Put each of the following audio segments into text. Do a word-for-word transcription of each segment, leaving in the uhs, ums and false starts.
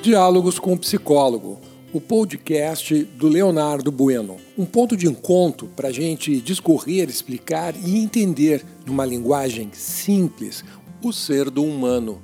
Diálogos com o Psicólogo, o podcast do Leonardo Bueno. Um ponto de encontro para a gente discorrer, explicar e entender, numa linguagem simples, o ser do humano.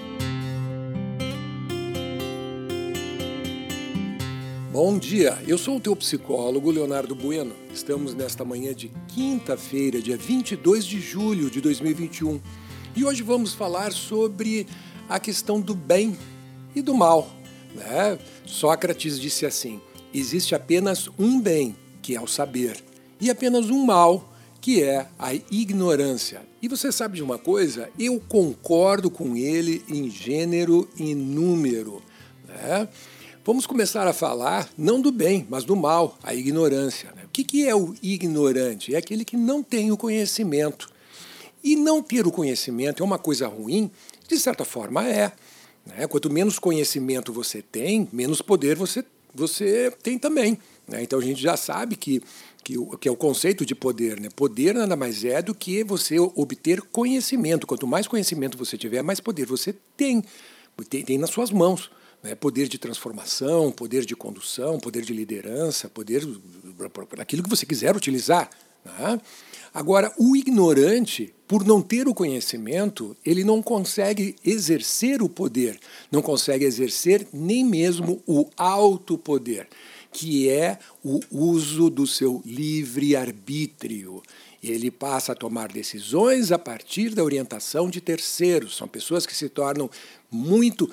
Bom dia, eu sou o teu psicólogo, Leonardo Bueno. Estamos nesta manhã de quinta-feira, dia vinte e dois de julho de dois mil e vinte e um. E hoje vamos falar sobre a questão do bem e do mal. Né? Sócrates disse assim: existe apenas um bem, que é o saber, e apenas um mal, que é a ignorância. E você sabe de uma coisa? Eu concordo com ele em gênero e número. Né? Vamos começar a falar não do bem, mas do mal, a ignorância. Né? O que é o ignorante? É aquele que não tem o conhecimento. E não ter o conhecimento é uma coisa ruim? De certa forma é. Né? Quanto menos conhecimento você tem, menos poder você, você tem também. Né? Então a gente já sabe que, que, o, que é o conceito de poder. Né? Poder nada mais é do que você obter conhecimento. Quanto mais conhecimento você tiver, mais poder você tem. Tem, tem nas suas mãos. Né? Poder de transformação, poder de condução, poder de liderança, poder daquilo que você quiser utilizar. Né? Agora, o ignorante, por não ter o conhecimento, ele não consegue exercer o poder, não consegue exercer nem mesmo o autopoder, que é o uso do seu livre-arbítrio. Ele passa a tomar decisões a partir da orientação de terceiros. São pessoas que se tornam muito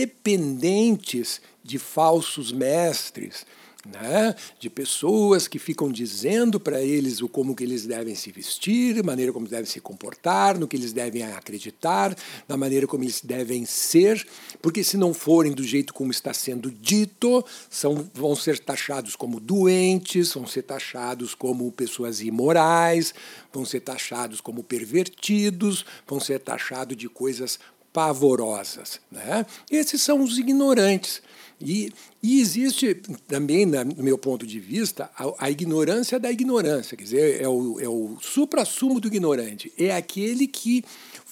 dependentes de falsos mestres, né? De pessoas que ficam dizendo para eles o como que eles devem se vestir, a maneira como devem se comportar, no que eles devem acreditar, na maneira como eles devem ser, porque se não forem do jeito como está sendo dito, são, vão ser taxados como doentes, vão ser taxados como pessoas imorais, vão ser taxados como pervertidos, vão ser taxados de coisas pavorosas. Né? Esses são os ignorantes. E, e existe também, no meu ponto de vista, a, a ignorância da ignorância. Quer dizer, é o, é o suprassumo do ignorante. É aquele que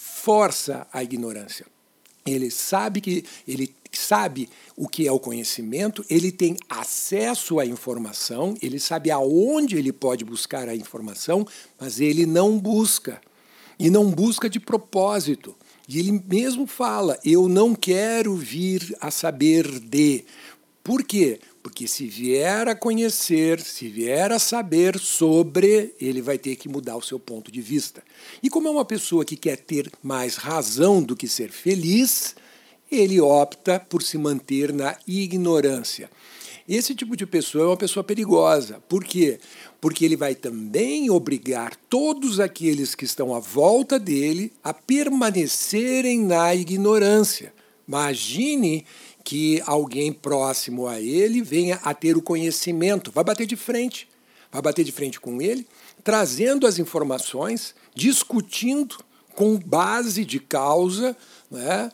força a ignorância. Ele sabe que ele sabe o que é o conhecimento, ele tem acesso à informação, ele sabe aonde ele pode buscar a informação, mas ele não busca. E não busca de propósito. E ele mesmo fala, eu não quero vir a saber de. Por quê? Porque se vier a conhecer, se vier a saber sobre, ele vai ter que mudar o seu ponto de vista. E como é uma pessoa que quer ter mais razão do que ser feliz, ele opta por se manter na ignorância. Esse tipo de pessoa é uma pessoa perigosa. Por quê? Porque ele vai também obrigar todos aqueles que estão à volta dele a permanecerem na ignorância. Imagine que alguém próximo a ele venha a ter o conhecimento, vai bater de frente, vai bater de frente com ele, trazendo as informações, discutindo com base de causa, né,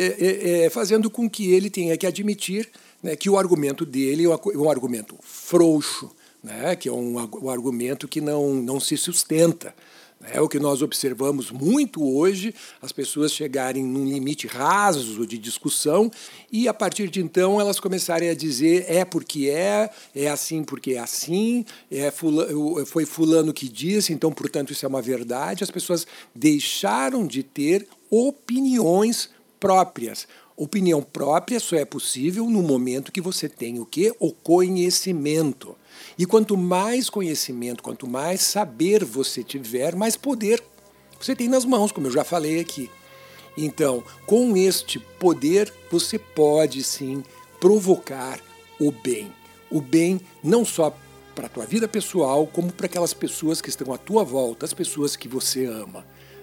é, é, fazendo com que ele tenha que admitir, né, que o argumento dele é um argumento frouxo, né, que é um, um argumento que não, não se sustenta. É o que nós observamos muito hoje, as pessoas chegarem num limite raso de discussão e, a partir de então, elas começarem a dizer é porque é, é assim porque é assim, é fulano, foi fulano que disse, então, portanto, isso é uma verdade. As pessoas deixaram de ter opiniões próprias. Opinião própria só é possível no momento que você tem o quê? O conhecimento. E quanto mais conhecimento, quanto mais saber você tiver, mais poder você tem nas mãos, como eu já falei aqui. Então, com este poder, você pode sim provocar o bem. O bem não só para a tua vida pessoal, como para aquelas pessoas que estão à tua volta, as pessoas que você ama.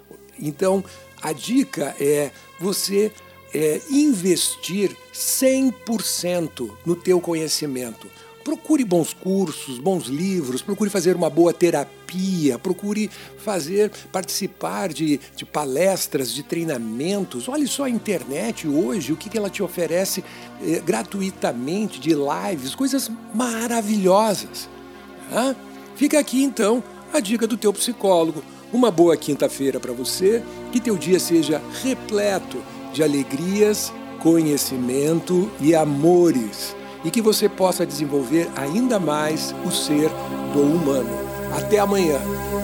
Então, a dica é você é, investir cem por cento no teu conhecimento. Procure bons cursos, bons livros, procure fazer uma boa terapia, procure fazer, participar de, de palestras, de treinamentos. Olhe só a internet hoje, o que, que ela te oferece eh, gratuitamente, de lives, coisas maravilhosas. Ah? Fica aqui então a dica do teu psicólogo. Uma boa quinta-feira para você, que teu dia seja repleto de alegrias, conhecimento e amores, e que você possa desenvolver ainda mais o ser do humano. Até amanhã!